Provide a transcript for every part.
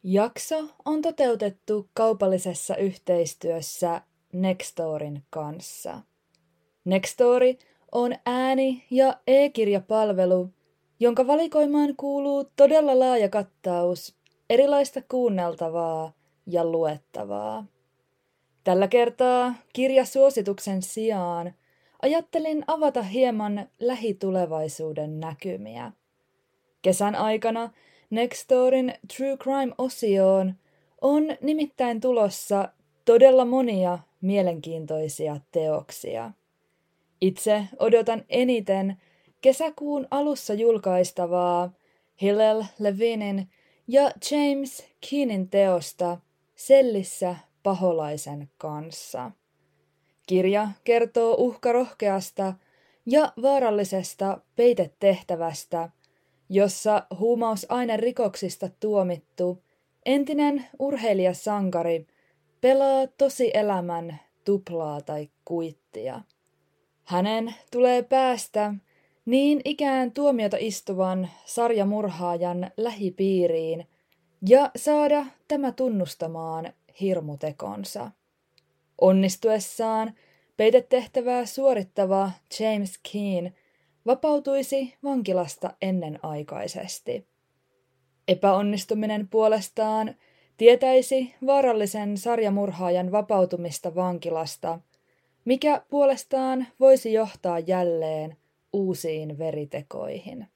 Jakso on toteutettu kaupallisessa yhteistyössä Nextorin kanssa. Nextory on ääni- ja e-kirjapalvelu, jonka valikoimaan kuuluu todella laaja kattaus erilaista kuunneltavaa ja luettavaa. Tällä kertaa kirjasuosituksen sijaan ajattelin avata hieman lähitulevaisuuden näkymiä. Kesän aikana Nextorin True Crime-osioon on nimittäin tulossa todella monia mielenkiintoisia teoksia. Itse odotan eniten kesäkuun alussa julkaistavaa Hillel Levinin ja James Keenin teosta Sellissä paholaisen kanssa. Kirja kertoo uhkarohkeasta ja vaarallisesta peitetehtävästä, jossa huumausainerikoksista tuomittu entinen urheilijasankari pelaa tosielämän tuplaa tai kuittia. Hänen tulee päästä niin ikään tuomiota istuvan sarjamurhaajan lähipiiriin ja saada tämä tunnustamaan hirmutekonsa. Onnistuessaan peitetehtävää suorittava James Keen vapautuisi vankilasta ennenaikaisesti. Epäonnistuminen puolestaan tietäisi vaarallisen sarjamurhaajan vapautumista vankilasta, mikä puolestaan voisi johtaa jälleen uusiin veritekoihin.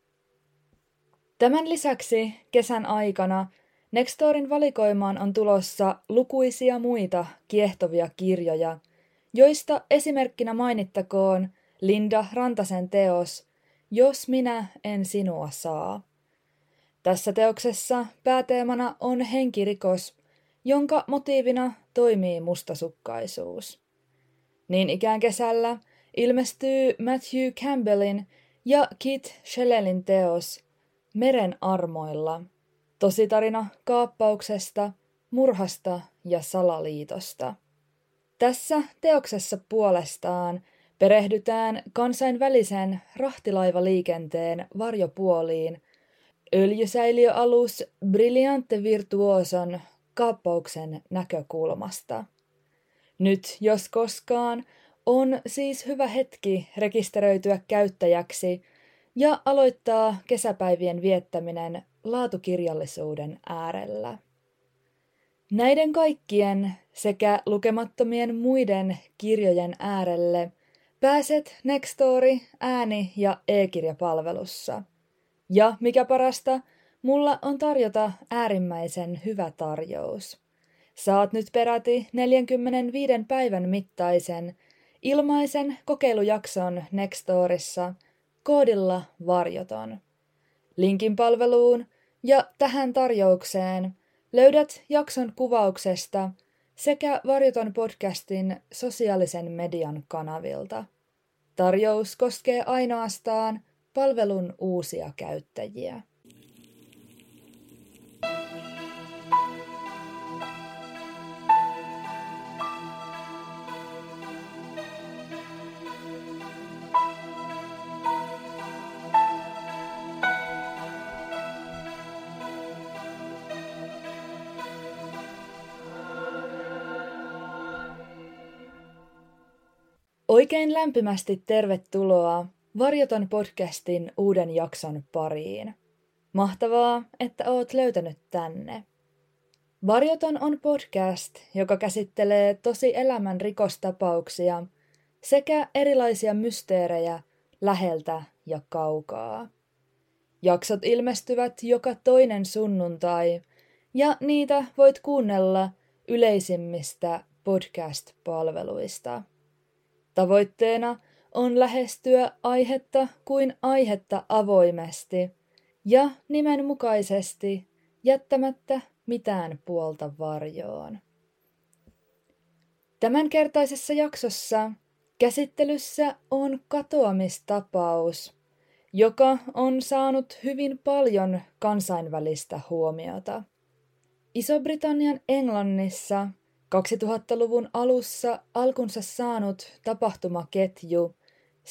Tämän lisäksi kesän aikana Nextorin valikoimaan on tulossa lukuisia muita kiehtovia kirjoja, joista esimerkkinä mainittakoon Linda Rantasen teos Jos minä en sinua saa. Tässä teoksessa pääteemana on henkirikos, jonka motiivina toimii mustasukkaisuus. Niin ikään kesällä ilmestyy Matthew Campbellin ja Kit Shellelin teos Meren armoilla, tositarina kaappauksesta, murhasta ja salaliitosta. Tässä teoksessa puolestaan perehdytään kansainvälisen rahtilaivaliikenteen varjopuoliin öljysäiliöalus Brillante Virtuoson kaappauksen näkökulmasta. Nyt, jos koskaan, on siis hyvä hetki rekisteröityä käyttäjäksi ja aloittaa kesäpäivien viettäminen laatukirjallisuuden äärellä. Näiden kaikkien sekä lukemattomien muiden kirjojen äärelle pääset Nextory ääni- ja e-kirjapalvelussa. Ja mikä parasta, mulla on tarjota äärimmäisen hyvä tarjous. Saat nyt peräti 45 päivän mittaisen ilmaisen kokeilujakson Nextorissa koodilla varjoton. Linkin palveluun ja tähän tarjoukseen löydät jakson kuvauksesta sekä Varjoton podcastin sosiaalisen median kanavilta. Tarjous koskee ainoastaan palvelun uusia käyttäjiä. Oikein lämpimästi tervetuloa Varjoton podcastin uuden jakson pariin. Mahtavaa, että oot löytänyt tänne. Varjoton on podcast, joka käsittelee tosielämän rikostapauksia sekä erilaisia mysteerejä läheltä ja kaukaa. Jaksot ilmestyvät joka toinen sunnuntai ja niitä voit kuunnella yleisimmistä podcast-palveluista. Tavoitteena on lähestyä aihetta kuin aihetta avoimesti ja nimenmukaisesti jättämättä mitään puolta varjoon. Tämänkertaisessa jaksossa käsittelyssä on katoamistapaus, joka on saanut hyvin paljon kansainvälistä huomiota. Iso-Britannian Englannissa 2000-luvun alussa alkunsa saanut tapahtumaketju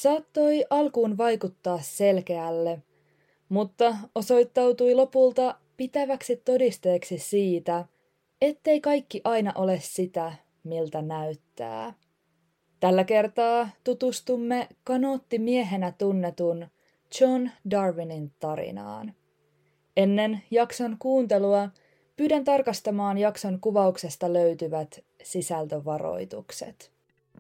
saattoi alkuun vaikuttaa selkeälle, mutta osoittautui lopulta pitäväksi todisteeksi siitä, ettei kaikki aina ole sitä, miltä näyttää. Tällä kertaa tutustumme kanoottimiehenä tunnetun John Darwinin tarinaan. Ennen jakson kuuntelua pyydän tarkastamaan jakson kuvauksesta löytyvät sisältövaroitukset.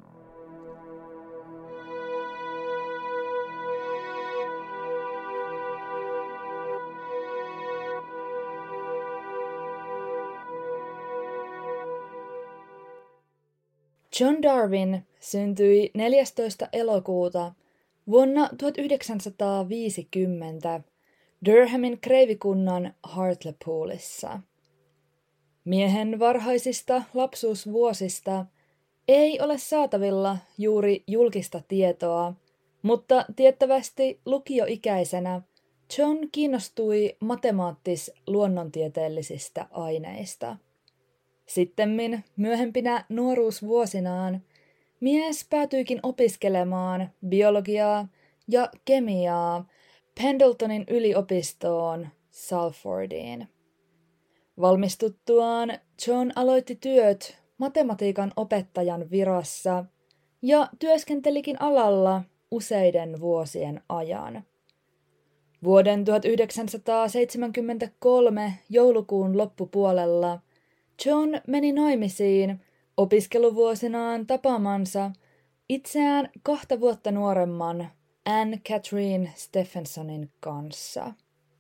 John Darwin syntyi 14. elokuuta vuonna 1950 Durhamin kreivikunnan Hartlepoolissa. Miehen varhaisista lapsuusvuosista ei ole saatavilla juuri julkista tietoa, mutta tiettävästi lukioikäisenä John kiinnostui matemaattis-luonnontieteellisistä aineista. Sittemmin myöhempinä nuoruusvuosinaan mies päätyikin opiskelemaan biologiaa ja kemiaa Pendletonin yliopistoon Salfordiin. Valmistuttuaan John aloitti työt matematiikan opettajan virassa ja työskentelikin alalla useiden vuosien ajan. Vuoden 1973 joulukuun loppupuolella John meni naimisiin opiskeluvuosinaan tapaamansa itseään 2 vuotta nuoremman Anne Catherine Stephensonin kanssa.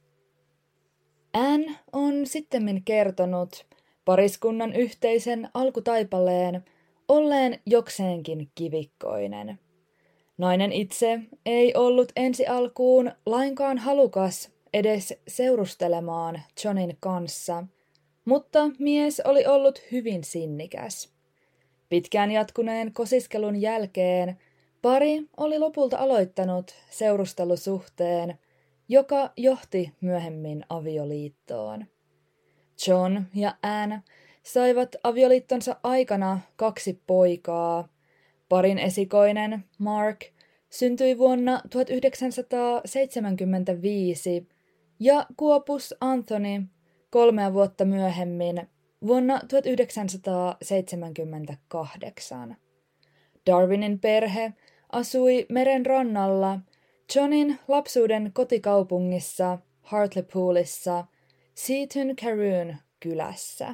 Anne on sittemmin kertonut pariskunnan yhteisen alkutaipaleen olleen jokseenkin kivikkoinen. Nainen itse ei ollut ensi alkuun lainkaan halukas edes seurustelemaan Johnin kanssa, mutta mies oli ollut hyvin sinnikäs. Pitkään jatkuneen kosiskelun jälkeen pari oli lopulta aloittanut seurustelusuhteen, joka johti myöhemmin avioliittoon. John ja Anne saivat avioliittonsa aikana 2 poikaa. Parin esikoinen, Mark, syntyi vuonna 1975 ja kuopus Anthony 3 vuotta myöhemmin vuonna 1978. Darwinin perhe asui meren rannalla Johnin lapsuuden kotikaupungissa Hartlepoolissa Seaton Carewn kylässä.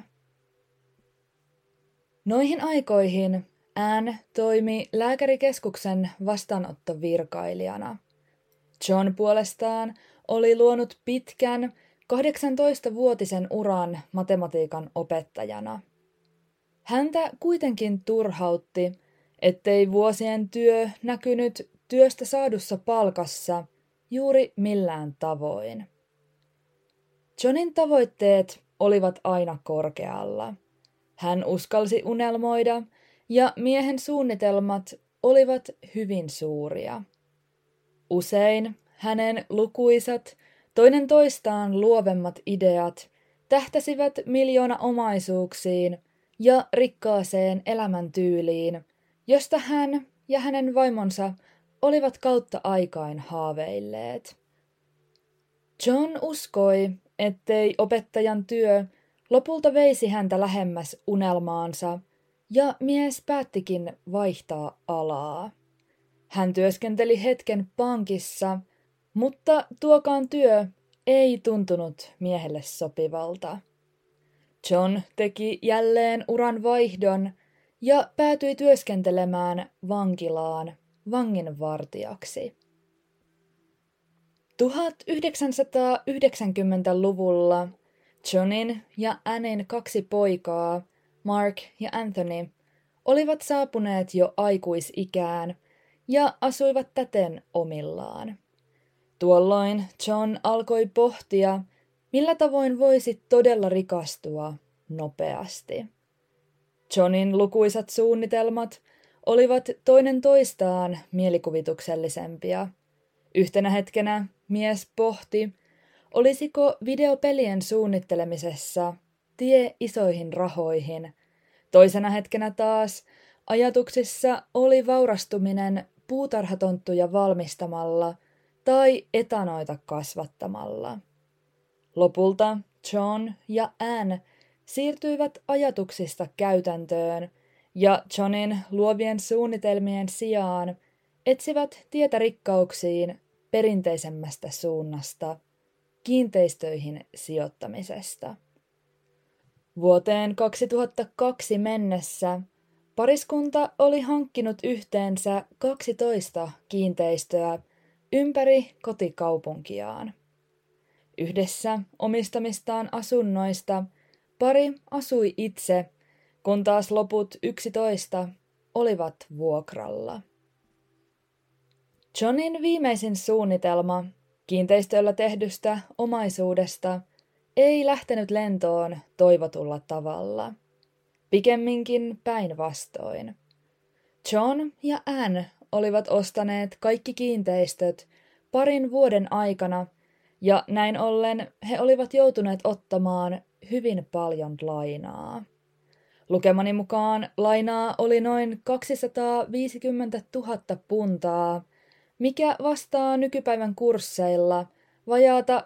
Noihin aikoihin Anne toimi lääkärikeskuksen vastaanottovirkailijana. John puolestaan oli luonut pitkän 18-vuotisen uran matematiikan opettajana. Häntä kuitenkin turhautti, ettei vuosien työ näkynyt työstä saadussa palkassa juuri millään tavoin. Johnin tavoitteet olivat aina korkealla. Hän uskalsi unelmoida ja miehen suunnitelmat olivat hyvin suuria. Usein hänen lukuisat, toinen toistaan luovemmat ideat tähtäsivät miljoonaomaisuuksiin ja rikkaaseen elämäntyyliin, josta hän ja hänen vaimonsa olivat kautta aikain haaveilleet. John uskoi, ettei opettajan työ lopulta veisi häntä lähemmäs unelmaansa, ja mies päättikin vaihtaa alaa. Hän työskenteli hetken pankissa, mutta tuokaan työ ei tuntunut miehelle sopivalta. John teki jälleen uran vaihdon ja päätyi työskentelemään vankilaan vanginvartijaksi. 1990-luvulla Johnin ja Annen 2 poikaa, Mark ja Anthony, olivat saapuneet jo aikuisikään ja asuivat täten omillaan. Tuolloin John alkoi pohtia, millä tavoin voisi todella rikastua nopeasti. Johnin lukuisat suunnitelmat olivat toinen toistaan mielikuvituksellisempia. Yhtenä hetkenä mies pohti, olisiko videopelien suunnittelemisessa tie isoihin rahoihin. Toisena hetkenä taas ajatuksissa oli vaurastuminen puutarhatonttuja valmistamalla tai etanoita kasvattamalla. Lopulta John ja Anne siirtyivät ajatuksista käytäntöön ja Johnin luovien suunnitelmien sijaan etsivät tietä rikkauksiin perinteisemmästä suunnasta, kiinteistöihin sijoittamisesta. Vuoteen 2002 mennessä pariskunta oli hankkinut yhteensä 12 kiinteistöä ympäri kotikaupunkiaan. Yhdessä omistamistaan asunnoista pari asui itse, kun taas loput 11 olivat vuokralla. Johnin viimeisin suunnitelma kiinteistöllä tehdystä omaisuudesta ei lähtenyt lentoon toivotulla tavalla. Pikemminkin päinvastoin. John ja Anne olivat ostaneet kaikki kiinteistöt parin vuoden aikana, ja näin ollen he olivat joutuneet ottamaan hyvin paljon lainaa. Lukemani mukaan lainaa oli noin 250 000 puntaa, mikä vastaa nykypäivän kursseilla vajaata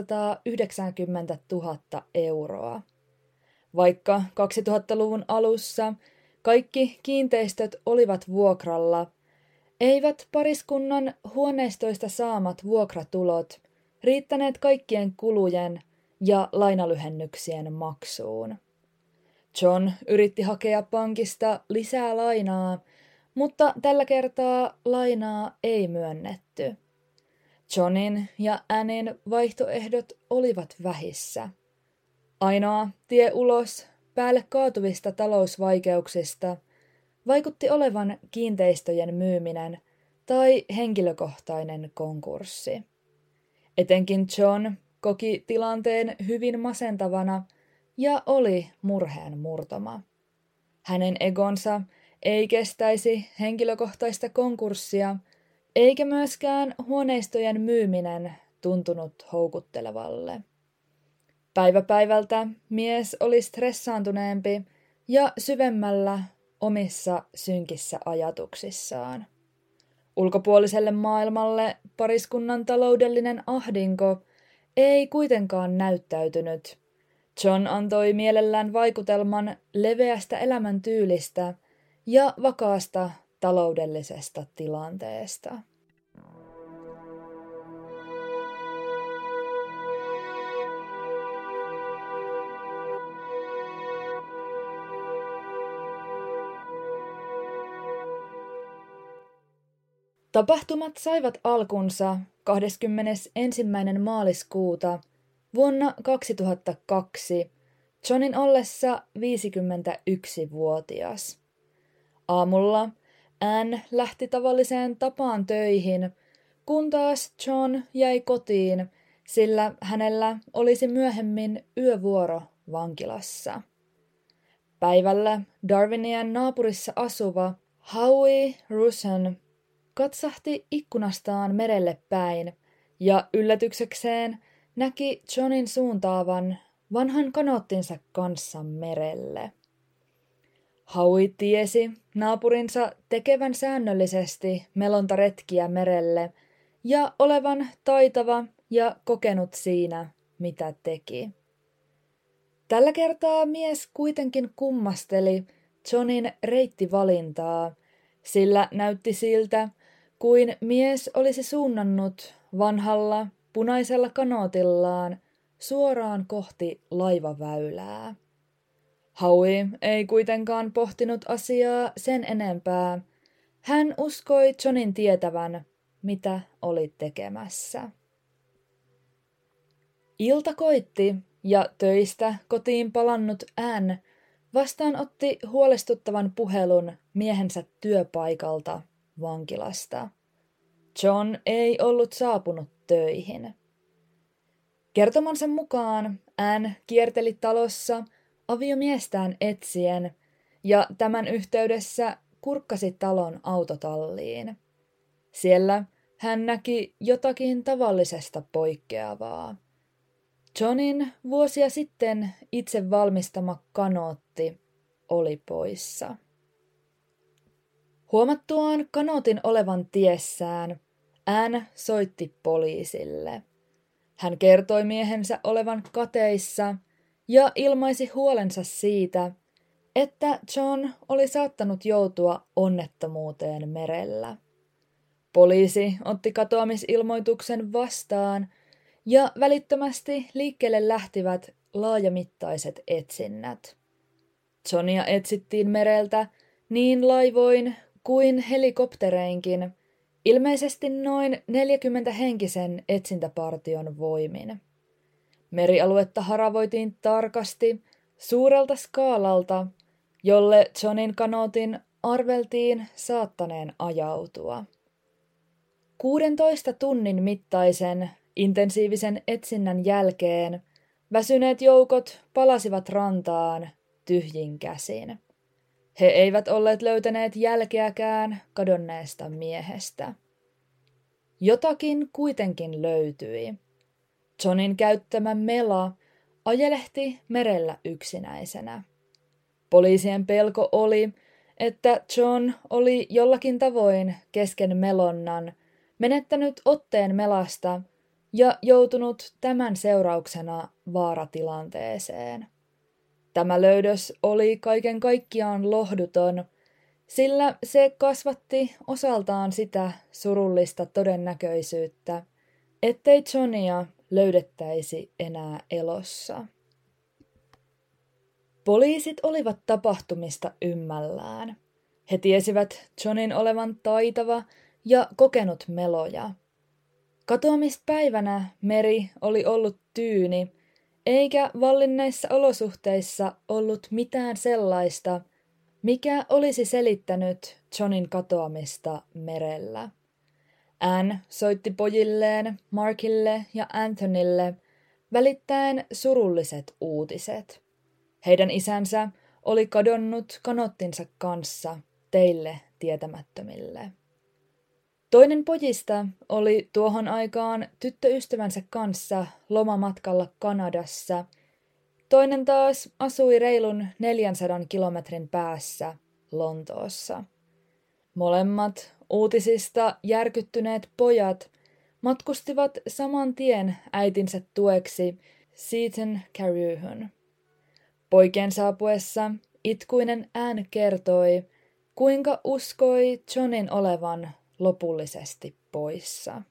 290 000 euroa. Vaikka 2000-luvun alussa kaikki kiinteistöt olivat vuokralla, eivät pariskunnan huoneistoista saamat vuokratulot riittäneet kaikkien kulujen ja lainalyhennyksien maksuun. John yritti hakea pankista lisää lainaa, mutta tällä kertaa lainaa ei myönnetty. Johnin ja Annen vaihtoehdot olivat vähissä. Ainoa tie ulos päälle kaatuvista talousvaikeuksista vaikutti olevan kiinteistöjen myyminen tai henkilökohtainen konkurssi. Etenkin John koki tilanteen hyvin masentavana ja oli murheen murtoma. Hänen egonsa ei kestäisi henkilökohtaista konkurssia, eikä myöskään huoneistojen myyminen tuntunut houkuttelevalle. Päivä päivältä mies oli stressaantuneempi ja syvemmällä omissa synkissä ajatuksissaan. Ulkopuoliselle maailmalle pariskunnan taloudellinen ahdinko ei kuitenkaan näyttäytynyt. John antoi mielellään vaikutelman leveästä elämäntyylistä ja vakaasta taloudellisesta tilanteesta. Tapahtumat saivat alkunsa 21. maaliskuuta vuonna 2002 Johnin ollessa 51-vuotias. Aamulla Anne lähti tavalliseen tapaan töihin, kun taas John jäi kotiin, sillä hänellä olisi myöhemmin yövuoro vankilassa. Päivällä Darwinien naapurissa asuva Howie Rusin katsahti ikkunastaan merelle päin ja yllätyksekseen näki Johnin suuntaavan vanhan kanoottinsa kanssa merelle. Howie tiesi naapurinsa tekevän säännöllisesti melontaretkiä merelle ja olevan taitava ja kokenut siinä, mitä teki. Tällä kertaa mies kuitenkin kummasteli Johnin reittivalintaa, sillä näytti siltä, kuin mies olisi suunnannut vanhalla punaisella kanootillaan suoraan kohti laivaväylää. Howie ei kuitenkaan pohtinut asiaa sen enempää. Hän uskoi Johnin tietävän, mitä oli tekemässä. Ilta koitti ja töistä kotiin palannut Anne vastaanotti huolestuttavan puhelun miehensä työpaikalta vankilasta. John ei ollut saapunut töihin. Kertomansa mukaan Anne kierteli talossa aviomiestään etsien ja tämän yhteydessä kurkkasi talon autotalliin. Siellä hän näki jotakin tavallisesta poikkeavaa. Johnin vuosia sitten itse valmistama kanootti oli poissa. Huomattuaan kanootin olevan tiessään, Anne soitti poliisille. Hän kertoi miehensä olevan kateissa ja ilmaisi huolensa siitä, että John oli saattanut joutua onnettomuuteen merellä. Poliisi otti katoamisilmoituksen vastaan ja välittömästi liikkeelle lähtivät laajamittaiset etsinnät. Johnia etsittiin mereltä niin laivoin kuin helikoptereinkin, ilmeisesti noin 40 henkisen etsintäpartion voimin. Merialuetta haravoitiin tarkasti suurelta skaalalta, jolle Johnin kanootin arveltiin saattaneen ajautua. 16 tunnin mittaisen intensiivisen etsinnän jälkeen väsyneet joukot palasivat rantaan tyhjin käsin. He eivät olleet löytäneet jälkeäkään kadonneesta miehestä. Jotakin kuitenkin löytyi. Johnin käyttämä mela ajelehti merellä yksinäisenä. Poliisien pelko oli, että John oli jollakin tavoin kesken melonnan menettänyt otteen melasta ja joutunut tämän seurauksena vaaratilanteeseen. Tämä löydös oli kaiken kaikkiaan lohduton, sillä se kasvatti osaltaan sitä surullista todennäköisyyttä, ettei Johnia löydettäisi enää elossa. Poliisit olivat tapahtumista ymmällään. He tiesivät Johnin olevan taitava ja kokenut meloja. Katoamispäivänä meri oli ollut tyyni, eikä vallinneissa olosuhteissa ollut mitään sellaista, mikä olisi selittänyt Johnin katoamista merellä. Anne soitti pojilleen, Markille ja Anthonylle, välittäen surulliset uutiset. Heidän isänsä oli kadonnut kanottinsa kanssa teille tietämättömille. Toinen pojista oli tuohon aikaan tyttöystävänsä kanssa lomamatkalla Kanadassa. Toinen taas asui reilun 400 kilometrin päässä Lontoossa. Molemmat uutisista järkyttyneet pojat matkustivat saman tien äitinsä tueksi Seaton Carewyhyn. Poikien saapuessa itkuinen Anne kertoi, kuinka uskoi Johnin olevan lopullisesti poissa.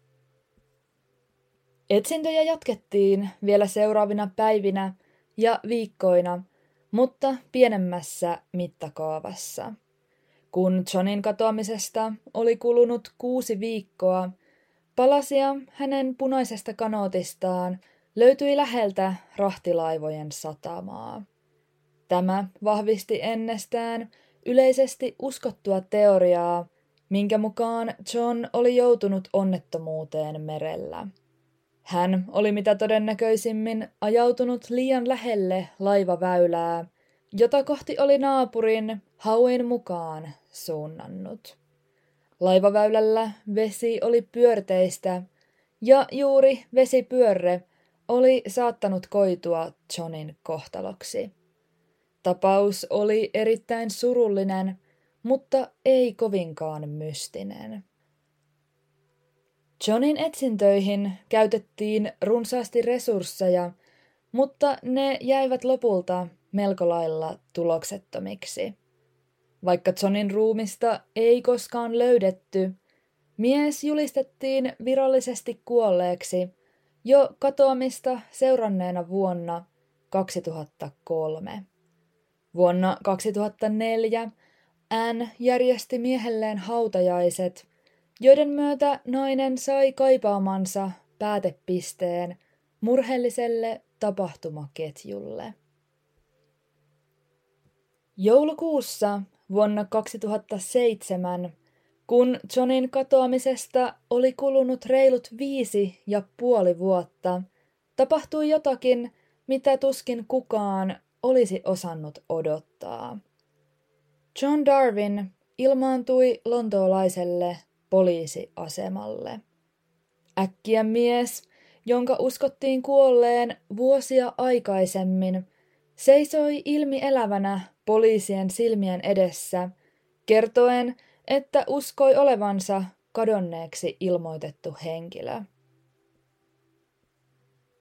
Etsintöjä jatkettiin vielä seuraavina päivinä ja viikkoina, mutta pienemmässä mittakaavassa. Kun Johnin katoamisesta oli kulunut 6 viikkoa, palasia hänen punaisesta kanootistaan löytyi läheltä rahtilaivojen satamaa. Tämä vahvisti ennestään yleisesti uskottua teoriaa, minkä mukaan John oli joutunut onnettomuuteen merellä. Hän oli mitä todennäköisimmin ajautunut liian lähelle laivaväylää, jota kohti oli naapurin Howin mukaan suunnannut. Laivaväylällä vesi oli pyörteistä ja juuri vesipyörre oli saattanut koitua Johnin kohtaloksi. Tapaus oli erittäin surullinen, mutta ei kovinkaan mystinen. Johnin etsintöihin käytettiin runsaasti resursseja, mutta ne jäivät lopulta melko lailla tuloksettomiksi. Vaikka Johnin ruumista ei koskaan löydetty, mies julistettiin virallisesti kuolleeksi jo katoamista seuranneena vuonna 2003. Vuonna 2004 Anne järjesti miehelleen hautajaiset, joiden myötä nainen sai kaipaamansa päätepisteen murheelliselle tapahtumaketjulle. Joulukuussa vuonna 2007, kun Johnin katoamisesta oli kulunut reilut 5,5 vuotta, tapahtui jotakin, mitä tuskin kukaan olisi osannut odottaa. John Darwin ilmaantui lontoolaiselle poliisiasemalle. Äkkiä mies, jonka uskottiin kuolleen vuosia aikaisemmin, seisoi ilmielävänä poliisien silmien edessä, kertoen, että uskoi olevansa kadonneeksi ilmoitettu henkilö.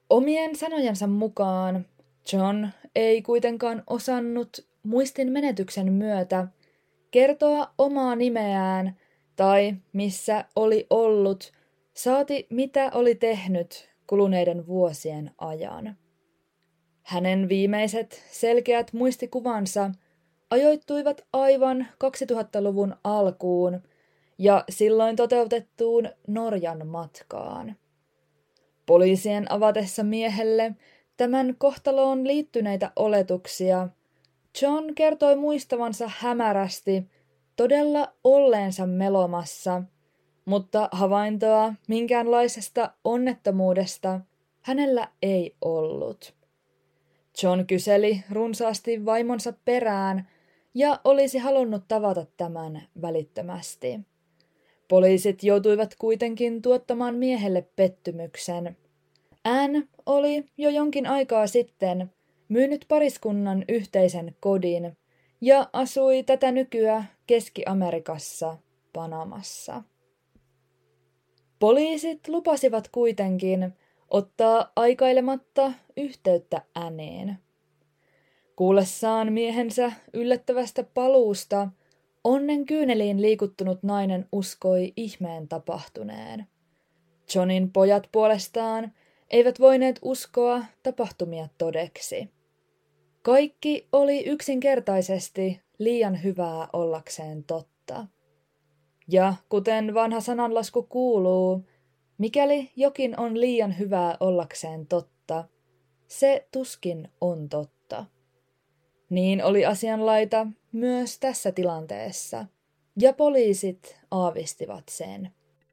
Omien sanojensa mukaan John ei kuitenkaan osannut muistin menetyksen myötä kertoa omaa nimeään tai missä oli ollut, saati mitä oli tehnyt kuluneiden vuosien ajan. Hänen viimeiset selkeät muistikuvansa ajoittuivat aivan 2000-luvun alkuun ja silloin toteutettuun Norjan matkaan. Poliisien avatessa miehelle tämän kohtaloon liittyneitä oletuksia, John kertoi muistavansa hämärästi todella olleensa melomassa, mutta havaintoa minkäänlaisesta onnettomuudesta hänellä ei ollut. John kyseli runsaasti vaimonsa perään ja olisi halunnut tavata tämän välittömästi. Poliisit joutuivat kuitenkin tuottamaan miehelle pettymyksen. Anne oli jo jonkin aikaa sitten myynyt pariskunnan yhteisen kodin ja asui tätä nykyä Keski-Amerikassa, Panamassa. Poliisit lupasivat kuitenkin ottaa aikailematta yhteyttä Anneen. Kuullessaan miehensä yllättävästä paluusta, onnen kyyneliin liikuttunut nainen uskoi ihmeen tapahtuneen. Johnin pojat puolestaan eivät voineet uskoa tapahtumia todeksi. Kaikki oli yksinkertaisesti liian hyvää ollakseen totta. Ja kuten vanha sananlasku kuuluu, mikäli jokin on liian hyvää ollakseen totta, se tuskin on totta. Niin oli asianlaita myös tässä tilanteessa, ja poliisit aavistivat sen.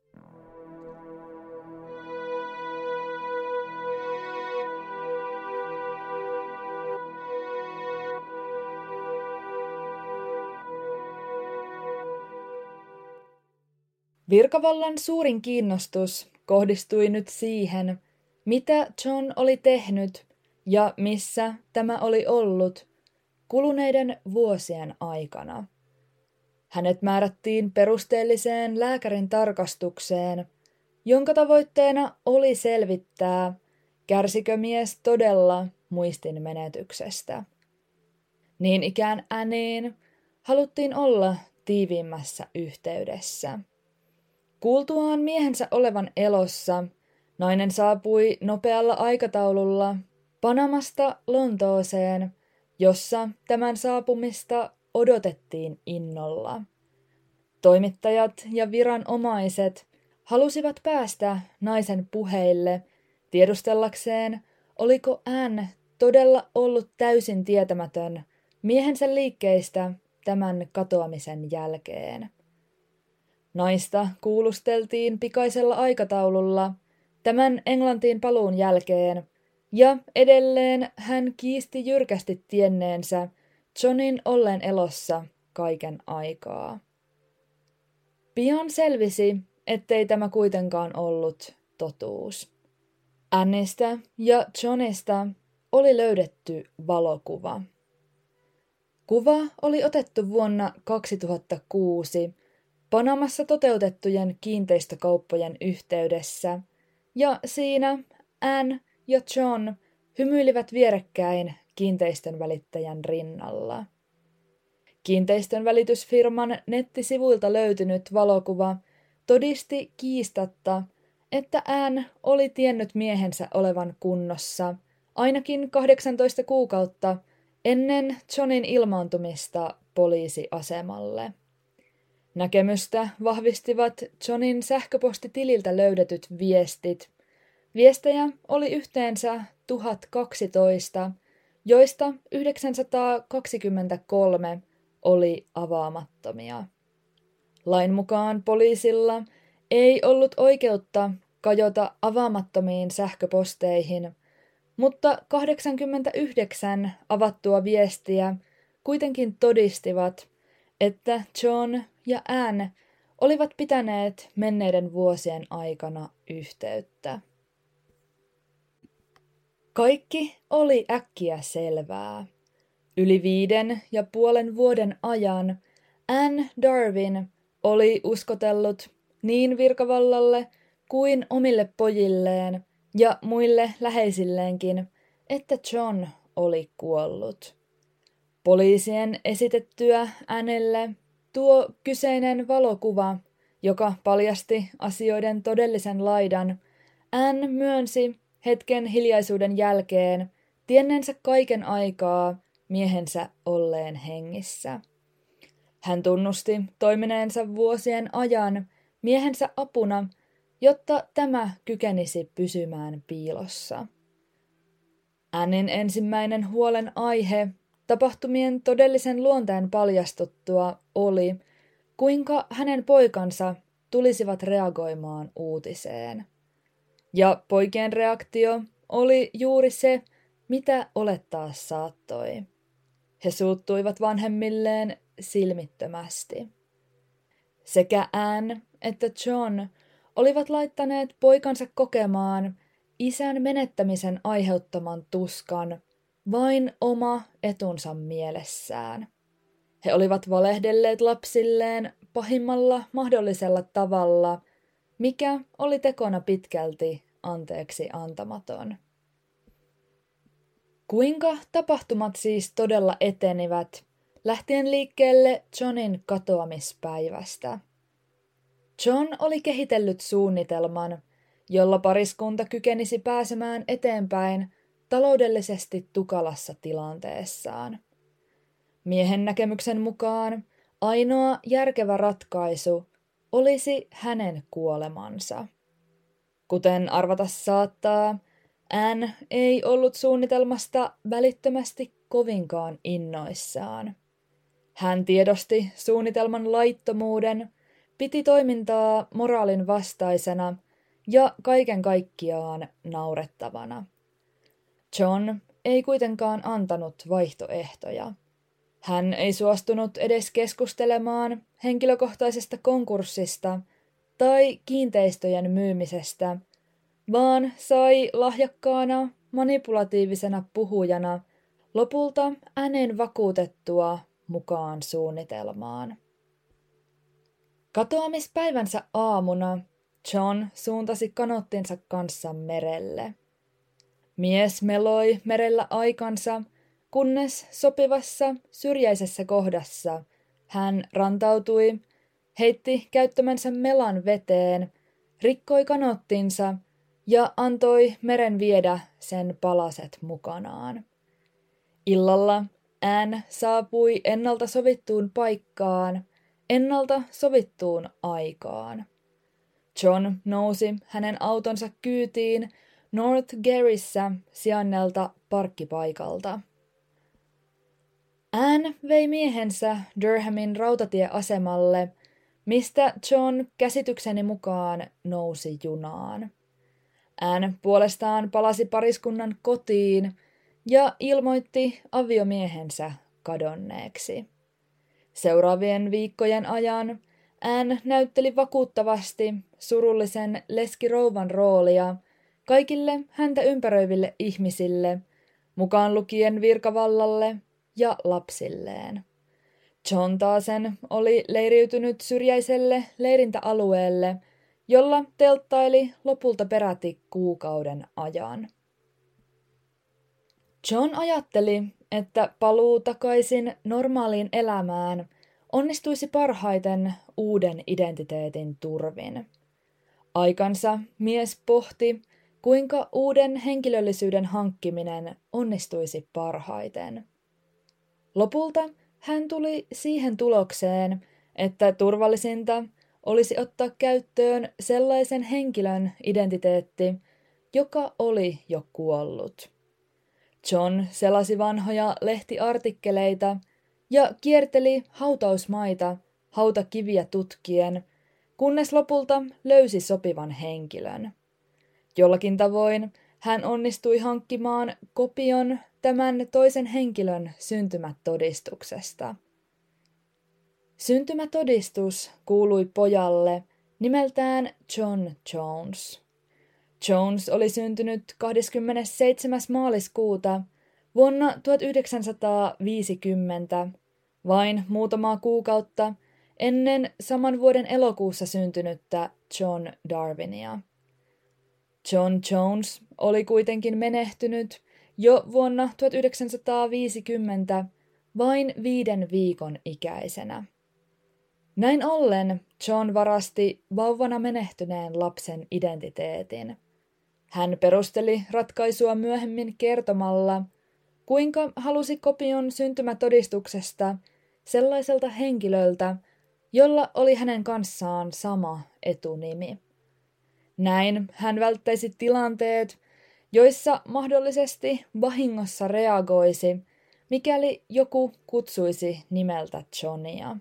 Virkavallan suurin kiinnostus kohdistui nyt siihen, mitä John oli tehnyt ja missä tämä oli ollut kuluneiden vuosien aikana. Hänet määrättiin perusteelliseen lääkärin tarkastukseen, jonka tavoitteena oli selvittää, kärsikö mies todella muistin menetyksestä. Niin ikään Anneen haluttiin olla tiiviimmässä yhteydessä. Kuultuaan miehensä olevan elossa, nainen saapui nopealla aikataululla Panamasta Lontooseen, jossa tämän saapumista odotettiin innolla. Toimittajat ja viranomaiset halusivat päästä naisen puheille tiedustellakseen, oliko Anne todella ollut täysin tietämätön miehensä liikkeistä tämän katoamisen jälkeen. Naista kuulusteltiin pikaisella aikataululla tämän Englantiin paluun jälkeen, ja edelleen hän kiisti jyrkästi tienneensä Johnin olleen elossa kaiken aikaa. Pian selvisi, ettei tämä kuitenkaan ollut totuus. Annestä ja Johnista oli löydetty valokuva. Kuva oli otettu vuonna 2006 Panamassa toteutettujen kiinteistökauppojen yhteydessä, ja siinä Anne ja John hymyilivät vierekkäin kiinteistön välittäjän rinnalla. Kiinteistön välitysfirman nettisivuilta löytynyt valokuva todisti kiistatta, että Anne oli tiennyt miehensä olevan kunnossa ainakin 18 kuukautta ennen Johnin ilmaantumista poliisiasemalle. Näkemystä vahvistivat Johnin sähköpostitililtä löydetyt viestit. Viestejä oli yhteensä 1012, joista 923 oli avaamattomia. Lain mukaan poliisilla ei ollut oikeutta kajota avaamattomiin sähköposteihin, mutta 89 avattua viestiä kuitenkin todistivat, että John ja Anne olivat pitäneet menneiden vuosien aikana yhteyttä. Kaikki oli äkkiä selvää. Yli 5,5 vuoden ajan Anne Darwin oli uskotellut niin virkavallalle kuin omille pojilleen, ja muille läheisilleenkin, että John oli kuollut. Poliisien esitettyä Annelle tuo kyseinen valokuva, joka paljasti asioiden todellisen laidan, Anne myönsi hetken hiljaisuuden jälkeen tienneensä kaiken aikaa miehensä olleen hengissä. Hän tunnusti toimineensa vuosien ajan miehensä apuna, jotta tämä kykenisi pysymään piilossa. Annin ensimmäinen huolen aihe tapahtumien todellisen luonteen paljastuttua oli, kuinka hänen poikansa tulisivat reagoimaan uutiseen. Ja poikien reaktio oli juuri se, mitä olettaa saattoi. He suuttuivat vanhemmilleen silmittömästi. Sekä Anne että John olivat laittaneet poikansa kokemaan isän menettämisen aiheuttaman tuskan vain oma etunsa mielessään. He olivat valehdelleet lapsilleen pahimmalla mahdollisella tavalla, mikä oli tekona pitkälti anteeksi antamaton. Kuinka tapahtumat siis todella etenivät, lähtien liikkeelle Johnin katoamispäivästä? John oli kehitellyt suunnitelman, jolla pariskunta kykenisi pääsemään eteenpäin taloudellisesti tukalassa tilanteessaan. Miehen näkemyksen mukaan ainoa järkevä ratkaisu olisi hänen kuolemansa. Kuten arvata saattaa, Anne ei ollut suunnitelmasta välittömästi kovinkaan innoissaan. Hän tiedosti suunnitelman laittomuuden, piti toimintaa moraalin vastaisena ja kaiken kaikkiaan naurettavana. John ei kuitenkaan antanut vaihtoehtoja. Hän ei suostunut edes keskustelemaan henkilökohtaisesta konkurssista tai kiinteistöjen myymisestä, vaan sai lahjakkaana, manipulatiivisena puhujana lopulta Annen vakuutettua mukaan suunnitelmaan. Katoamispäivänsä aamuna John suuntasi kanottinsa kanssa merelle. Mies meloi merellä aikansa, kunnes sopivassa syrjäisessä kohdassa hän rantautui, heitti käyttämänsä melan veteen, rikkoi kanottinsa ja antoi meren viedä sen palaset mukanaan. Illalla Anne saapui ennalta sovittuun paikkaan, ennalta sovittuun aikaan. John nousi hänen autonsa kyytiin North Garyssä sijainnelta parkkipaikalta. Anne vei miehensä Durhamin rautatieasemalle, mistä John käsitykseni mukaan nousi junaan. Anne puolestaan palasi pariskunnan kotiin ja ilmoitti aviomiehensä kadonneeksi. Seuraavien viikkojen ajan Anne näytteli vakuuttavasti surullisen leskirouvan roolia kaikille häntä ympäröiville ihmisille, mukaan lukien virkavallalle ja lapsilleen. John taasen oli leiriytynyt syrjäiselle leirintäalueelle, jolla telttaili lopulta peräti kuukauden ajan. John ajatteli, että paluu takaisin normaaliin elämään onnistuisi parhaiten uuden identiteetin turvin. Aikansa mies pohti, kuinka uuden henkilöllisyyden hankkiminen onnistuisi parhaiten. Lopulta hän tuli siihen tulokseen, että turvallisinta olisi ottaa käyttöön sellaisen henkilön identiteetti, joka oli jo kuollut. John selasi vanhoja lehtiartikkeleita ja kierteli hautausmaita hautakiviä tutkien, kunnes lopulta löysi sopivan henkilön. Jollakin tavoin hän onnistui hankkimaan kopion tämän toisen henkilön syntymätodistuksesta. Syntymätodistus kuului pojalle nimeltään John Jones. Jones oli syntynyt 27. maaliskuuta vuonna 1950, vain muutamaa kuukautta ennen saman vuoden elokuussa syntynyttä John Darwinia. John Jones oli kuitenkin menehtynyt jo vuonna 1950 vain 5 viikon ikäisenä. Näin ollen John varasti vauvana menehtyneen lapsen identiteetin. Hän perusteli ratkaisua myöhemmin kertomalla, kuinka halusi kopion syntymätodistuksesta sellaiselta henkilöltä, jolla oli hänen kanssaan sama etunimi. Näin hän välttäisi tilanteet, joissa mahdollisesti vahingossa reagoisi, mikäli joku kutsuisi nimeltä Johnia.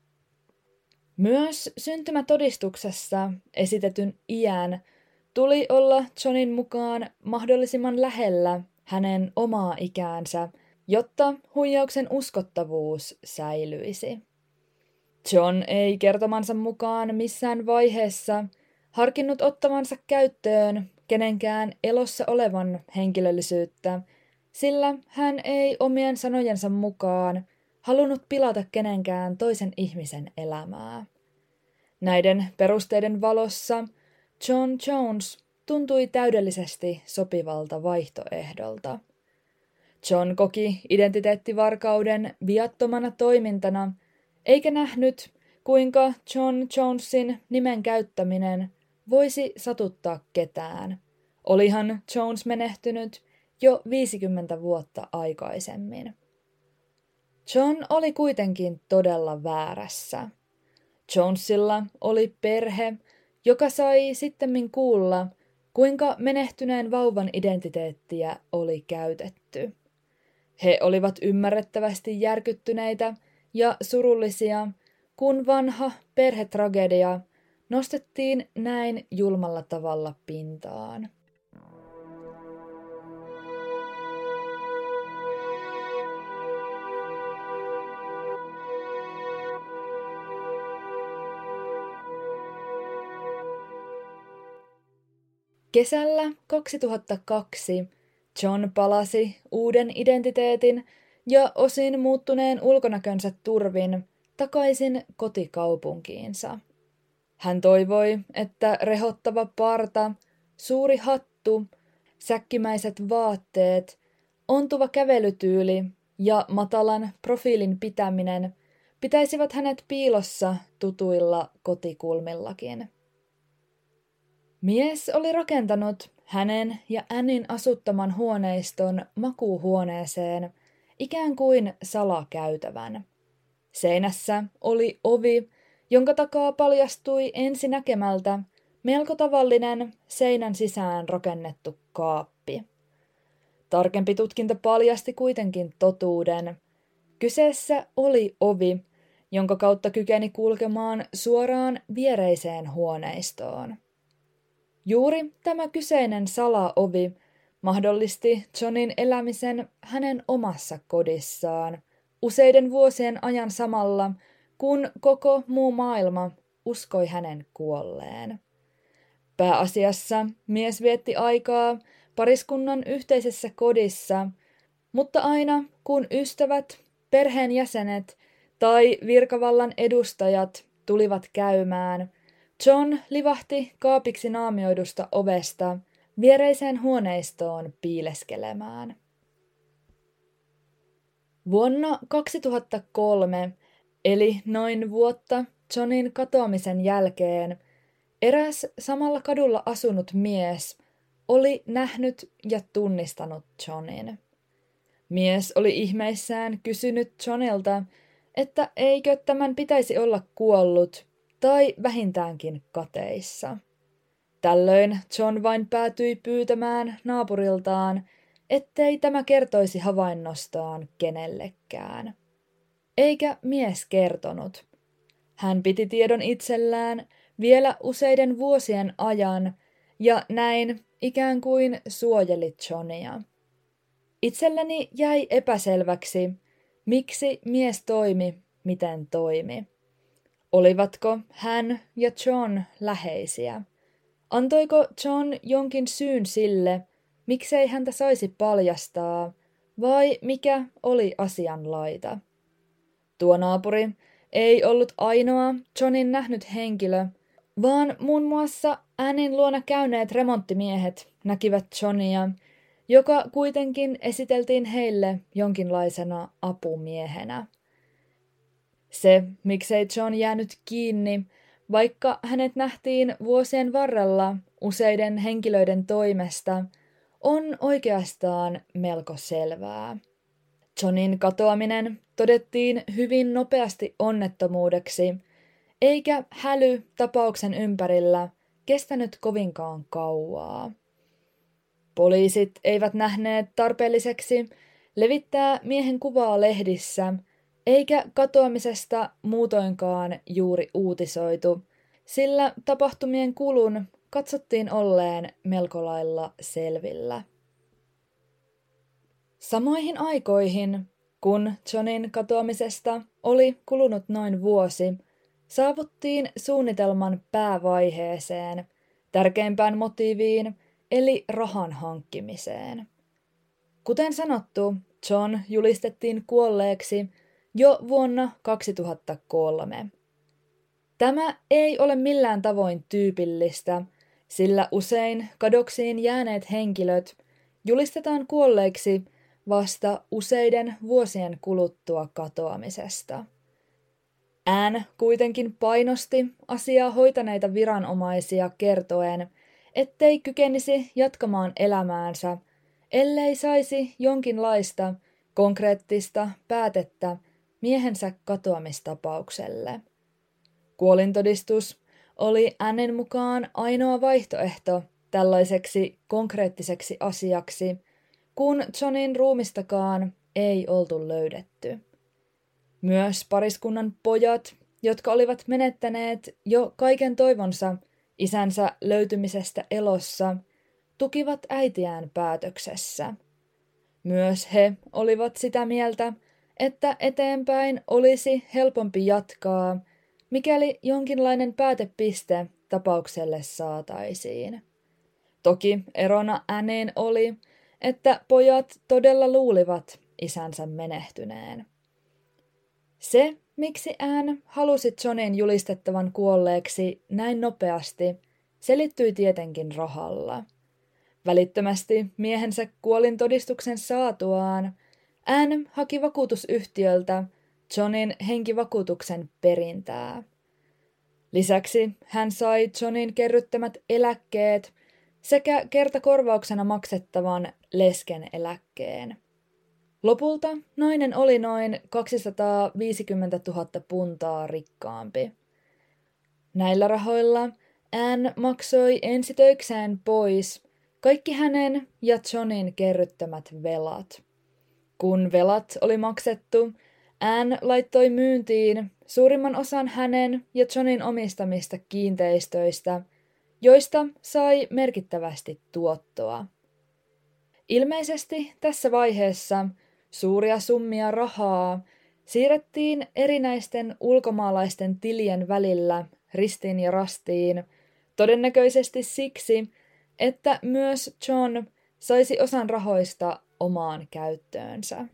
Myös syntymätodistuksessa esitetyn iän tuli olla Johnin mukaan mahdollisimman lähellä hänen omaa ikäänsä, jotta huijauksen uskottavuus säilyisi. John ei kertomansa mukaan missään vaiheessa harkinnut ottavansa käyttöön kenenkään elossa olevan henkilöllisyyttä, sillä hän ei omien sanojensa mukaan halunnut pilata kenenkään toisen ihmisen elämää. Näiden perusteiden valossa John Jones tuntui täydellisesti sopivalta vaihtoehdolta. John koki identiteettivarkauden viattomana toimintana, eikä nähnyt, kuinka John Jonesin nimen käyttäminen voisi satuttaa ketään. Olihan Jones menehtynyt jo 50 vuotta aikaisemmin. John oli kuitenkin todella väärässä. Jonesilla oli perhe, joka sai sittemmin kuulla, kuinka menehtyneen vauvan identiteettiä oli käytetty. He olivat ymmärrettävästi järkyttyneitä ja surullisia, kun vanha perhetragedia nostettiin näin julmalla tavalla pintaan. Kesällä 2002 John palasi uuden identiteetin ja osin muuttuneen ulkonäkönsä turvin takaisin kotikaupunkiinsa. Hän toivoi, että rehottava parta, suuri hattu, säkkimäiset vaatteet, ontuva kävelytyyli ja matalan profiilin pitäminen pitäisivät hänet piilossa tutuilla kotikulmillakin. Mies oli rakentanut hänen ja Annin asuttaman huoneiston makuuhuoneeseen ikään kuin salakäytävän. Seinässä oli ovi, jonka takaa paljastui ensinäkemältä melko tavallinen seinän sisään rakennettu kaappi. Tarkempi tutkinta paljasti kuitenkin totuuden. Kyseessä oli ovi, jonka kautta kykeni kulkemaan suoraan viereiseen huoneistoon. Juuri tämä kyseinen salaovi mahdollisti Johnin elämisen hänen omassa kodissaan useiden vuosien ajan samalla, kun koko muu maailma uskoi hänen kuolleen. Pääasiassa mies vietti aikaa pariskunnan yhteisessä kodissa, mutta aina kun ystävät, perheenjäsenet tai virkavallan edustajat tulivat käymään, John livahti kaapiksi naamioidusta ovesta viereiseen huoneistoon piileskelemään. Vuonna 2003, eli noin vuotta Johnin katoamisen jälkeen, eräs samalla kadulla asunut mies oli nähnyt ja tunnistanut Johnin. Mies oli ihmeissään kysynyt Johnilta, että eikö tämän pitäisi olla kuollut tai vähintäänkin kateissa. Tällöin John vain päätyi pyytämään naapuriltaan, ettei tämä kertoisi havainnostaan kenellekään. Eikä mies kertonut. Hän piti tiedon itsellään vielä useiden vuosien ajan ja näin ikään kuin suojeli Johnia. Itselleni jäi epäselväksi, miksi mies toimi, miten toimi. Olivatko hän ja John läheisiä? Antoiko John jonkin syyn sille, miksei häntä saisi paljastaa, vai mikä oli asianlaita? Tuo naapuri ei ollut ainoa Johnin nähnyt henkilö, vaan muun muassa Annin luona käyneet remonttimiehet näkivät Johnia, joka kuitenkin esiteltiin heille jonkinlaisena apumiehenä. Se, miksei John jäänyt kiinni, vaikka hänet nähtiin vuosien varrella useiden henkilöiden toimesta, on oikeastaan melko selvää. Johnin katoaminen todettiin hyvin nopeasti onnettomuudeksi, eikä häly tapauksen ympärillä kestänyt kovinkaan kauaa. Poliisit eivät nähneet tarpeelliseksi levittää miehen kuvaa lehdissä, eikä katoamisesta muutoinkaan juuri uutisoitu, sillä tapahtumien kulun katsottiin olleen melko lailla selvillä. Samoihin aikoihin, kun Johnin katoamisesta oli kulunut noin vuosi, saavuttiin suunnitelman päävaiheeseen, tärkeimpään motiiviin eli rahan hankkimiseen. Kuten sanottu, John julistettiin kuolleeksi jo vuonna 2003. Tämä ei ole millään tavoin tyypillistä, sillä usein kadoksiin jääneet henkilöt julistetaan kuolleiksi vasta useiden vuosien kuluttua katoamisesta. Anne kuitenkin painosti asiaa hoitaneita viranomaisia kertoen, ettei kykenisi jatkamaan elämäänsä, ellei saisi jonkinlaista konkreettista päätettä miehensä katoamistapaukselle. Kuolintodistus oli Annen mukaan ainoa vaihtoehto tällaiseksi konkreettiseksi asiaksi, kun Johnin ruumistakaan ei oltu löydetty. Myös pariskunnan pojat, jotka olivat menettäneet jo kaiken toivonsa isänsä löytymisestä elossa, tukivat äitiään päätöksessä. Myös he olivat sitä mieltä, että eteenpäin olisi helpompi jatkaa, mikäli jonkinlainen päätepiste tapaukselle saataisiin. Toki erona Anneen oli, että pojat todella luulivat isänsä menehtyneen. Se, miksi Anne halusi Johnin julistettavan kuolleeksi näin nopeasti, selittyi tietenkin rahalla. Välittömästi miehensä kuolintodistuksen saatuaan Anne haki vakuutusyhtiöltä Johnin henkivakuutuksen perintää. Lisäksi hän sai Johnin kerryttämät eläkkeet sekä kertakorvauksena maksettavan lesken eläkkeen. Lopulta nainen oli noin 250 000 puntaa rikkaampi. Näillä rahoilla Anne maksoi ensitöikseen pois kaikki hänen ja Johnin kerryttämät velat. Kun velat oli maksettu, Anne laittoi myyntiin suurimman osan hänen ja Johnin omistamista kiinteistöistä, joista sai merkittävästi tuottoa. Ilmeisesti tässä vaiheessa suuria summia rahaa siirrettiin erinäisten ulkomaalaisten tilien välillä ristiin ja rastiin, todennäköisesti siksi, että myös John saisi osan rahoista omaan käyttöönsä.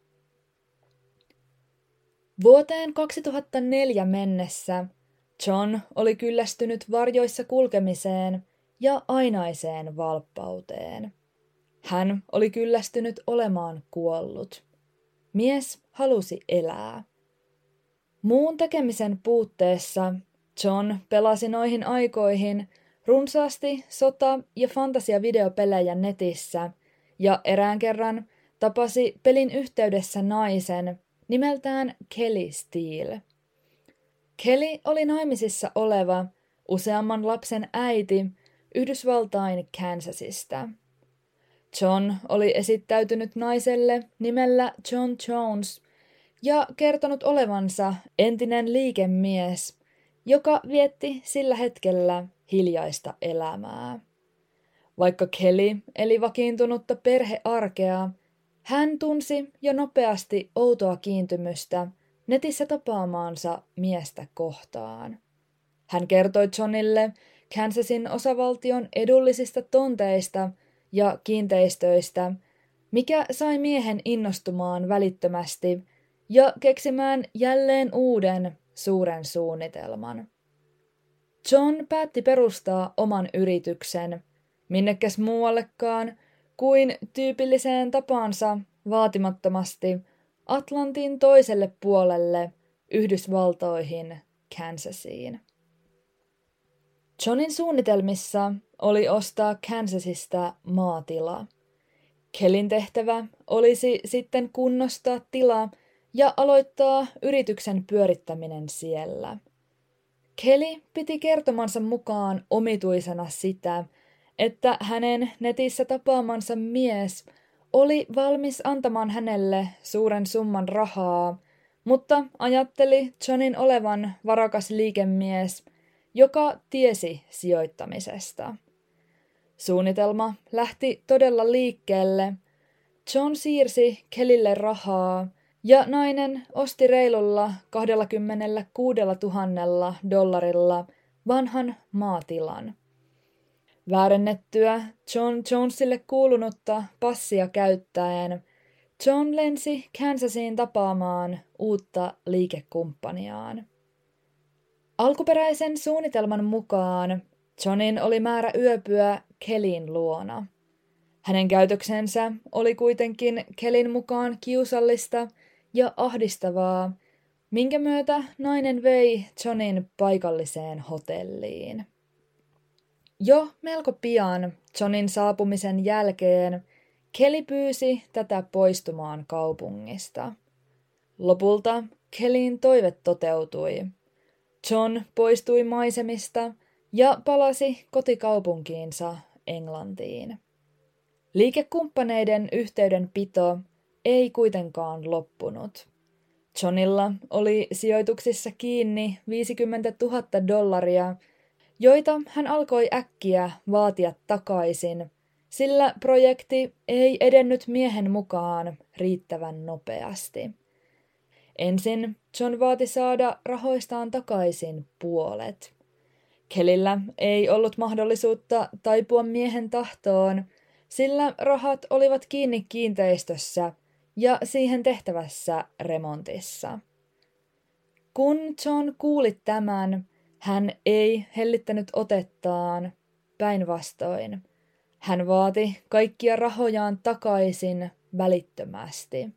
Vuoteen 2004 mennessä John oli kyllästynyt varjoissa kulkemiseen ja ainaiseen valppauteen. Hän oli kyllästynyt olemaan kuollut. Mies halusi elää. Muun tekemisen puutteessa John pelasi noihin aikoihin runsaasti sota- ja fantasiavideopelejä netissä ja erään kerran tapasi pelin yhteydessä naisen nimeltään Kelly Steele. Kelly oli naimisissa oleva useamman lapsen äiti Yhdysvaltain Kansasista. John oli esittäytynyt naiselle nimellä John Jones ja kertonut olevansa entinen liikemies, joka vietti sillä hetkellä hiljaista elämää. Vaikka Kelly eli vakiintunutta perhearkea, hän tunsi jo nopeasti outoa kiintymystä netissä tapaamaansa miestä kohtaan. Hän kertoi Johnille Kansasin osavaltion edullisista tonteista ja kiinteistöistä, mikä sai miehen innostumaan välittömästi ja keksimään jälleen uuden suuren suunnitelman. John päätti perustaa oman yrityksen, minnekäs muuallekaan kuin tyypilliseen tapaansa vaatimattomasti Atlantin toiselle puolelle Yhdysvaltoihin, Kansasiin. Johnin suunnitelmissa oli ostaa Kansasista maatila. Kellyn tehtävä olisi sitten kunnostaa tila ja aloittaa yrityksen pyörittäminen siellä. Kelly piti kertomansa mukaan omituisena sitä, että hänen netissä tapaamansa mies oli valmis antamaan hänelle suuren summan rahaa, mutta ajatteli Johnin olevan varakas liikemies, joka tiesi sijoittamisesta. Suunnitelma lähti todella liikkeelle. John siirsi Kellylle rahaa ja nainen osti reilulla $26,000 vanhan maatilan. Väärennettyä John Jonesille kuulunutta passia käyttäen John lensi Kansasiin tapaamaan uutta liikekumppaniaan. Alkuperäisen suunnitelman mukaan Johnin oli määrä yöpyä Kellyn luona. Hänen käytöksensä oli kuitenkin Kellyn mukaan kiusallista ja ahdistavaa, minkä myötä nainen vei Johnin paikalliseen hotelliin. Jo melko pian Johnin saapumisen jälkeen Kelly pyysi tätä poistumaan kaupungista. Lopulta Kellyn toive toteutui. John poistui maisemista ja palasi kotikaupunkiinsa Englantiin. Liikekumppaneiden yhteydenpito ei kuitenkaan loppunut. Johnilla oli sijoituksissa kiinni $50,000, joita hän alkoi äkkiä vaatia takaisin, sillä projekti ei edennyt miehen mukaan riittävän nopeasti. Ensin John vaati saada rahoistaan takaisin puolet. Kellyllä ei ollut mahdollisuutta taipua miehen tahtoon, sillä rahat olivat kiinni kiinteistössä ja siihen tehtävässä remontissa. Kun John kuuli tämän, hän ei hellittänyt otettaan, päinvastoin. Hän vaati kaikkia rahojaan takaisin välittömästi.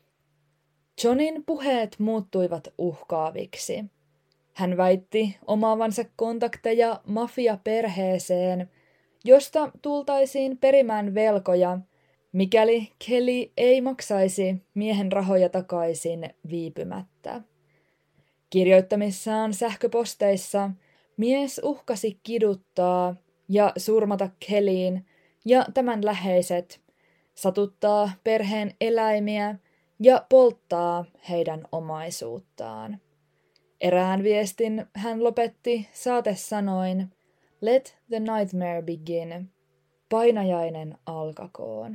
Johnin puheet muuttuivat uhkaaviksi. Hän väitti omaavansa kontakteja mafiaperheeseen, josta tultaisiin perimään velkoja, mikäli Kelly ei maksaisi miehen rahoja takaisin viipymättä. Kirjoittamissaan sähköposteissa mies uhkasi kiduttaa ja surmata Kellyn ja tämän läheiset, satuttaa perheen eläimiä ja polttaa heidän omaisuuttaan. Erään viestin hän lopetti saatesanoin, "Let the nightmare begin." Painajainen alkakoon.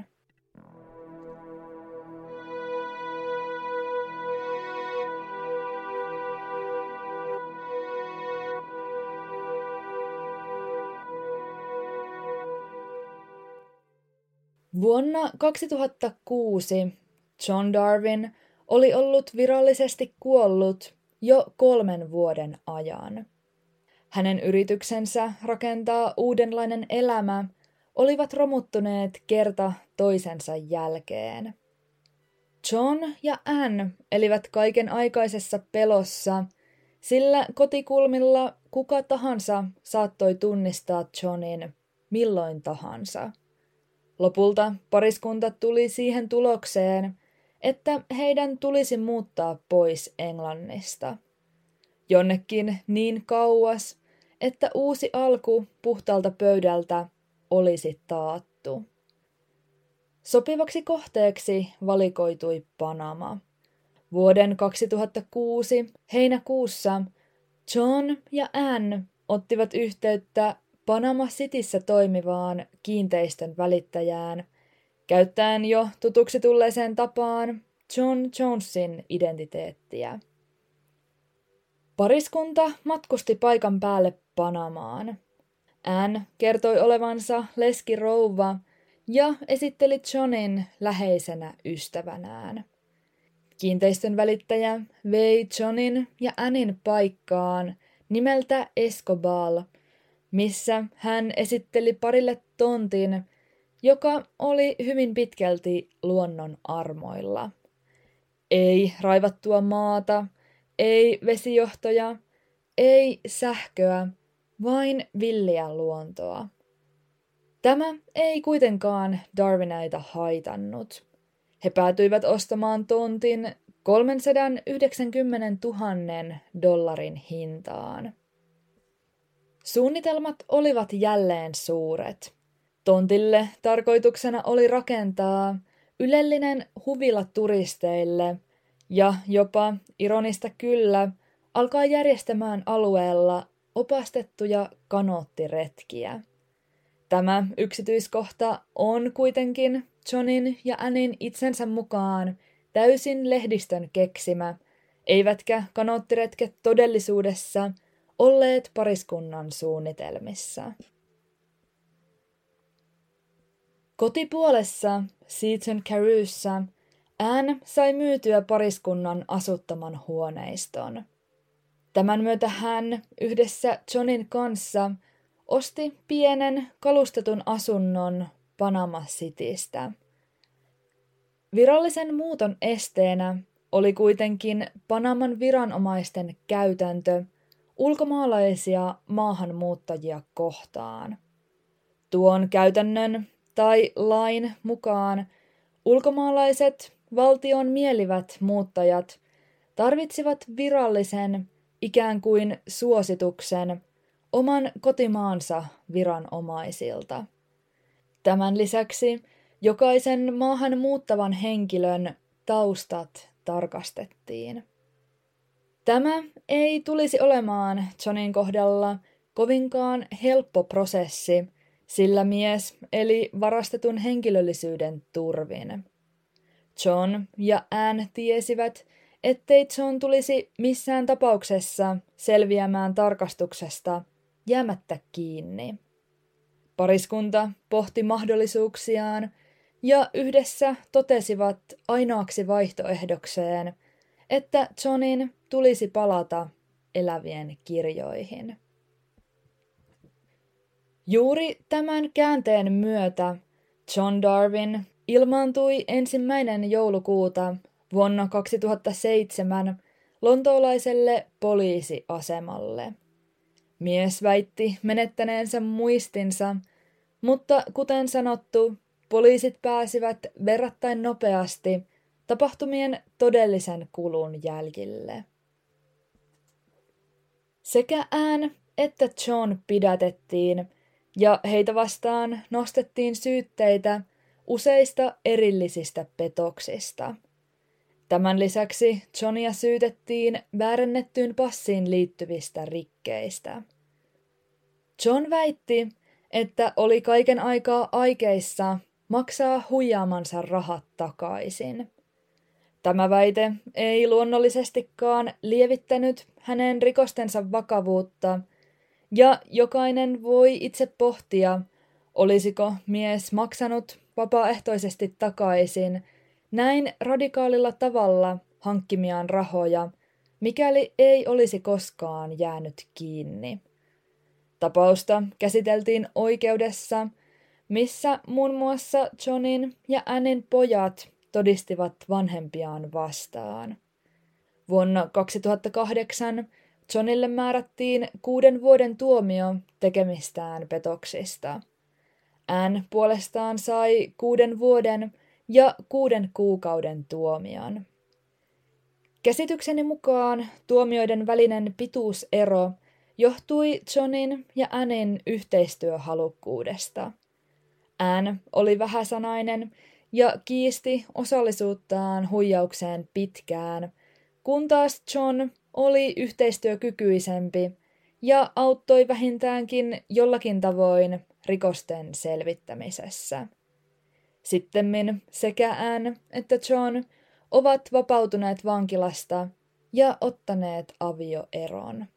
Vuonna 2006 John Darwin oli ollut virallisesti kuollut jo 3 vuoden ajan. Hänen yrityksensä rakentaa uudenlainen elämä olivat romuttuneet kerta toisensa jälkeen. John ja Anne elivät kaiken aikaisessa pelossa, sillä kotikulmilla kuka tahansa saattoi tunnistaa Johnin milloin tahansa. Lopulta pariskunta tuli siihen tulokseen, että heidän tulisi muuttaa pois Englannista. Jonnekin niin kauas, että uusi alku puhtaalta pöydältä olisi taattu. Sopivaksi kohteeksi valikoitui Panama. Vuoden 2006 heinäkuussa John ja Anne ottivat yhteyttä Panama Cityssä toimivaan kiinteistön välittäjään, käyttäen jo tutuksi tulleeseen tapaan John Jonesin identiteettiä. Pariskunta matkusti paikan päälle Panamaan. Anne kertoi olevansa leskirouva ja esitteli Johnin läheisenä ystävänään. Kiinteistön välittäjä vei Johnin ja Annin paikkaan nimeltä Escobar, missä hän esitteli parille tontin, joka oli hyvin pitkälti luonnon armoilla. Ei raivattua maata, ei vesijohtoja, ei sähköä, vain villiä luontoa. Tämä ei kuitenkaan Darwinaita haitannut. He päätyivät ostamaan tontin 390 000 dollarin hintaan. Suunnitelmat olivat jälleen suuret. Tontille tarkoituksena oli rakentaa ylellinen huvila turisteille ja jopa, ironista kyllä, alkaa järjestämään alueella opastettuja kanoottiretkiä. Tämä yksityiskohta on kuitenkin Johnin ja Annin itsensä mukaan täysin lehdistön keksimä, eivätkä kanoottiretket todellisuudessa olleet pariskunnan suunnitelmissa. Kotipuolessa Seaton Caruthessa Anne sai myytyä pariskunnan asuttaman huoneiston. Tämän myötä hän yhdessä Johnin kanssa osti pienen kalustetun asunnon Panama Citystä. Virallisen muuton esteenä oli kuitenkin Panaman viranomaisten käytäntö ulkomaalaisia maahanmuuttajia kohtaan. Tuon käytännön tai lain mukaan ulkomaalaiset valtion mielivät muuttajat tarvitsivat virallisen ikään kuin suosituksen oman kotimaansa viranomaisilta. Tämän lisäksi jokaisen maahan muuttavan henkilön taustat tarkastettiin. Tämä ei tulisi olemaan Johnin kohdalla kovinkaan helppo prosessi, sillä mies eli varastetun henkilöllisyyden turvin. John ja Anne tiesivät, ettei John tulisi missään tapauksessa selviämään tarkastuksesta jäämättä kiinni. Pariskunta pohti mahdollisuuksiaan ja yhdessä totesivat ainoaksi vaihtoehdokseen, että Johnin tulisi palata elävien kirjoihin. Juuri tämän käänteen myötä John Darwin ilmaantui 1. joulukuuta vuonna 2007 lontoolaiselle poliisiasemalle. Mies väitti menettäneensä muistinsa, mutta kuten sanottu, poliisit pääsivät verrattain nopeasti tapahtumien todellisen kulun jäljille. Sekä Anne että John pidätettiin ja heitä vastaan nostettiin syytteitä useista erillisistä petoksista. Tämän lisäksi Johnia syytettiin väärennettyyn passiin liittyvistä rikkeistä. John väitti, että oli kaiken aikaa aikeissa maksaa huijaamansa rahat takaisin. Tämä väite ei luonnollisestikaan lievittänyt hänen rikostensa vakavuutta, ja jokainen voi itse pohtia, olisiko mies maksanut vapaaehtoisesti takaisin näin radikaalilla tavalla hankkimiaan rahoja, mikäli ei olisi koskaan jäänyt kiinni. Tapausta käsiteltiin oikeudessa, missä muun muassa Johnin ja Annin pojat todistivat vanhempiaan vastaan. Vuonna 2008 Johnille määrättiin 6 vuoden tuomio tekemistään petoksista. Anne puolestaan sai 6 vuoden ja 6 kuukauden tuomion. Käsitykseni mukaan tuomioiden välinen pituusero johtui Johnin ja Annin yhteistyöhalukkuudesta. Anne oli vähäsanainen ja kiisti osallisuuttaan huijaukseen pitkään, kun taas John oli yhteistyökykyisempi ja auttoi vähintäänkin jollakin tavoin rikosten selvittämisessä. Sittemmin sekä Anne että John ovat vapautuneet vankilasta ja ottaneet avioeron.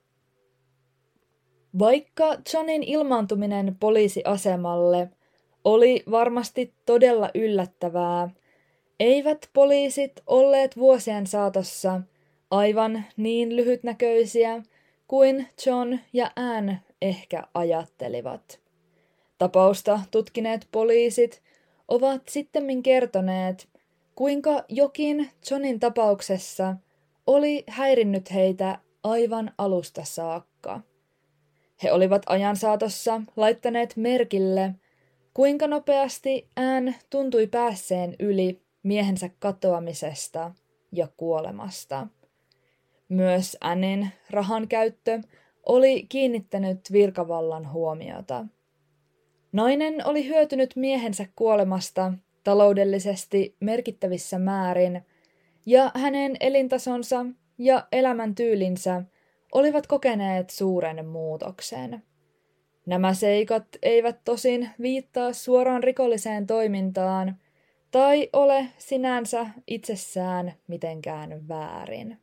Vaikka Johnin ilmaantuminen poliisiasemalle oli varmasti todella yllättävää, eivät poliisit olleet vuosien saatossa aivan niin lyhytnäköisiä kuin John ja Anne ehkä ajattelivat. Tapausta tutkineet poliisit ovat sittemmin kertoneet, kuinka jokin Johnin tapauksessa oli häirinnyt heitä aivan alusta saakka. He olivat ajan saatossa laittaneet merkille, kuinka nopeasti Anne tuntui päässeen yli miehensä katoamisesta ja kuolemasta. Myös Annen rahan käyttö oli kiinnittänyt virkavallan huomiota. Nainen oli hyötynyt miehensä kuolemasta taloudellisesti merkittävissä määrin, ja hänen elintasonsa ja elämäntyylinsä olivat kokeneet suuren muutoksen. Nämä seikat eivät tosin viittaa suoraan rikolliseen toimintaan tai ole sinänsä itsessään mitenkään väärin.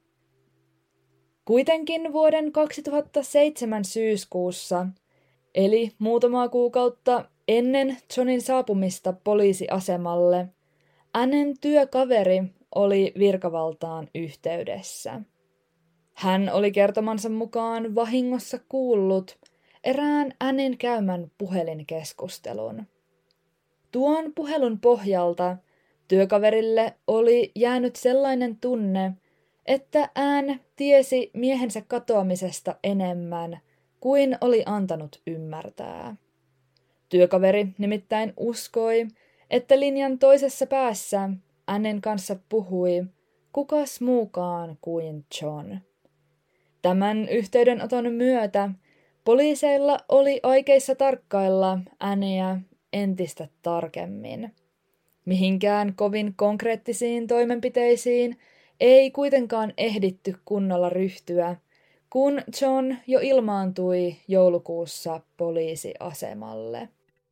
Kuitenkin vuoden 2007 syyskuussa, eli muutamaa kuukautta ennen Johnin saapumista poliisiasemalle, Annen työkaveri oli virkavaltaan yhteydessä. Hän oli kertomansa mukaan vahingossa kuullut erään Annen käymän puhelinkeskustelun. Tuon puhelun pohjalta työkaverille oli jäänyt sellainen tunne, että Anne tiesi miehensä katoamisesta enemmän kuin oli antanut ymmärtää. Työkaveri nimittäin uskoi, että linjan toisessa päässä Annen kanssa puhui kukas muukaan kuin John. Tämän yhteydenoton myötä poliiseilla oli aikeissa tarkkailla Annea entistä tarkemmin. Mihinkään kovin konkreettisiin toimenpiteisiin ei kuitenkaan ehditty kunnolla ryhtyä, kun John jo ilmaantui joulukuussa poliisiasemalle.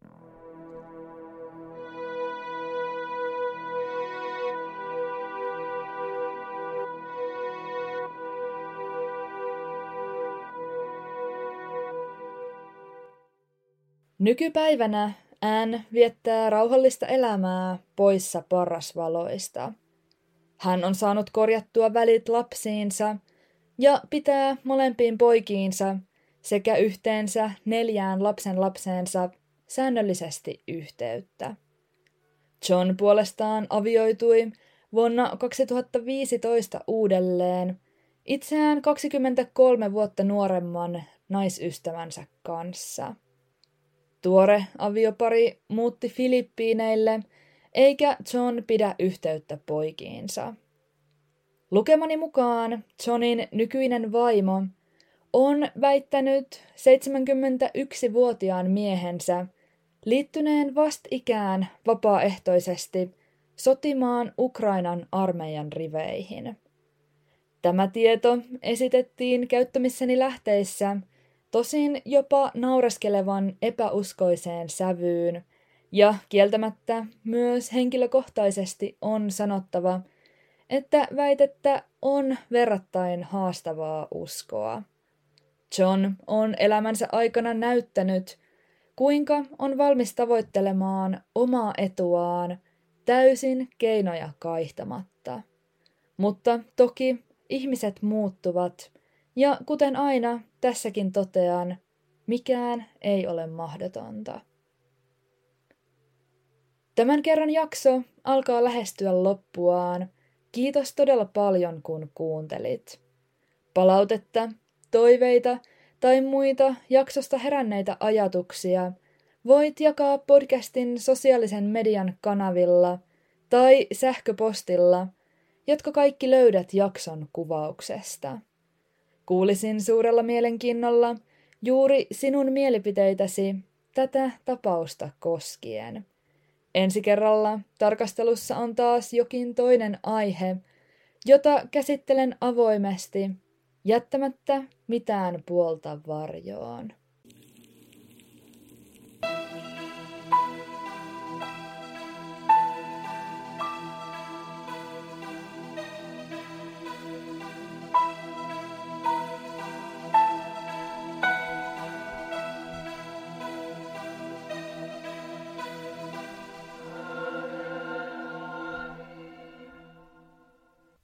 Nykypäivänä Anne viettää rauhallista elämää poissa parrasvaloista. Hän on saanut korjattua välit lapsiinsa ja pitää molempiin poikiinsa sekä yhteensä 4 lapsenlapseensa säännöllisesti yhteyttä. John puolestaan avioitui vuonna 2015 uudelleen itseään 23 vuotta nuoremman naisystävänsä kanssa. Tuore aviopari muutti Filippiineille, eikä John pidä yhteyttä poikiinsa. Lukemani mukaan Johnin nykyinen vaimo on väittänyt 71-vuotiaan miehensä liittyneen vastikään vapaaehtoisesti sotimaan Ukrainan armeijan riveihin. Tämä tieto esitettiin käyttämissäni lähteissä, tosin jopa naureskelevan epäuskoiseen sävyyn, ja kieltämättä myös henkilökohtaisesti on sanottava, että väitettä on verrattain haastavaa uskoa. John on elämänsä aikana näyttänyt, kuinka on valmis tavoittelemaan omaa etuaan täysin keinoja kaihtamatta. Mutta toki ihmiset muuttuvat, ja kuten aina tässäkin totean, mikään ei ole mahdotonta. Tämän kerran jakso alkaa lähestyä loppuaan. Kiitos todella paljon, kun kuuntelit. Palautetta, toiveita tai muita jaksosta heränneitä ajatuksia voit jakaa podcastin sosiaalisen median kanavilla tai sähköpostilla, jotka kaikki löydät jakson kuvauksesta. Kuulisin suurella mielenkiinnolla juuri sinun mielipiteitäsi tätä tapausta koskien. Ensi kerralla tarkastelussa on taas jokin toinen aihe, jota käsittelen avoimesti, jättämättä mitään puolta varjoon.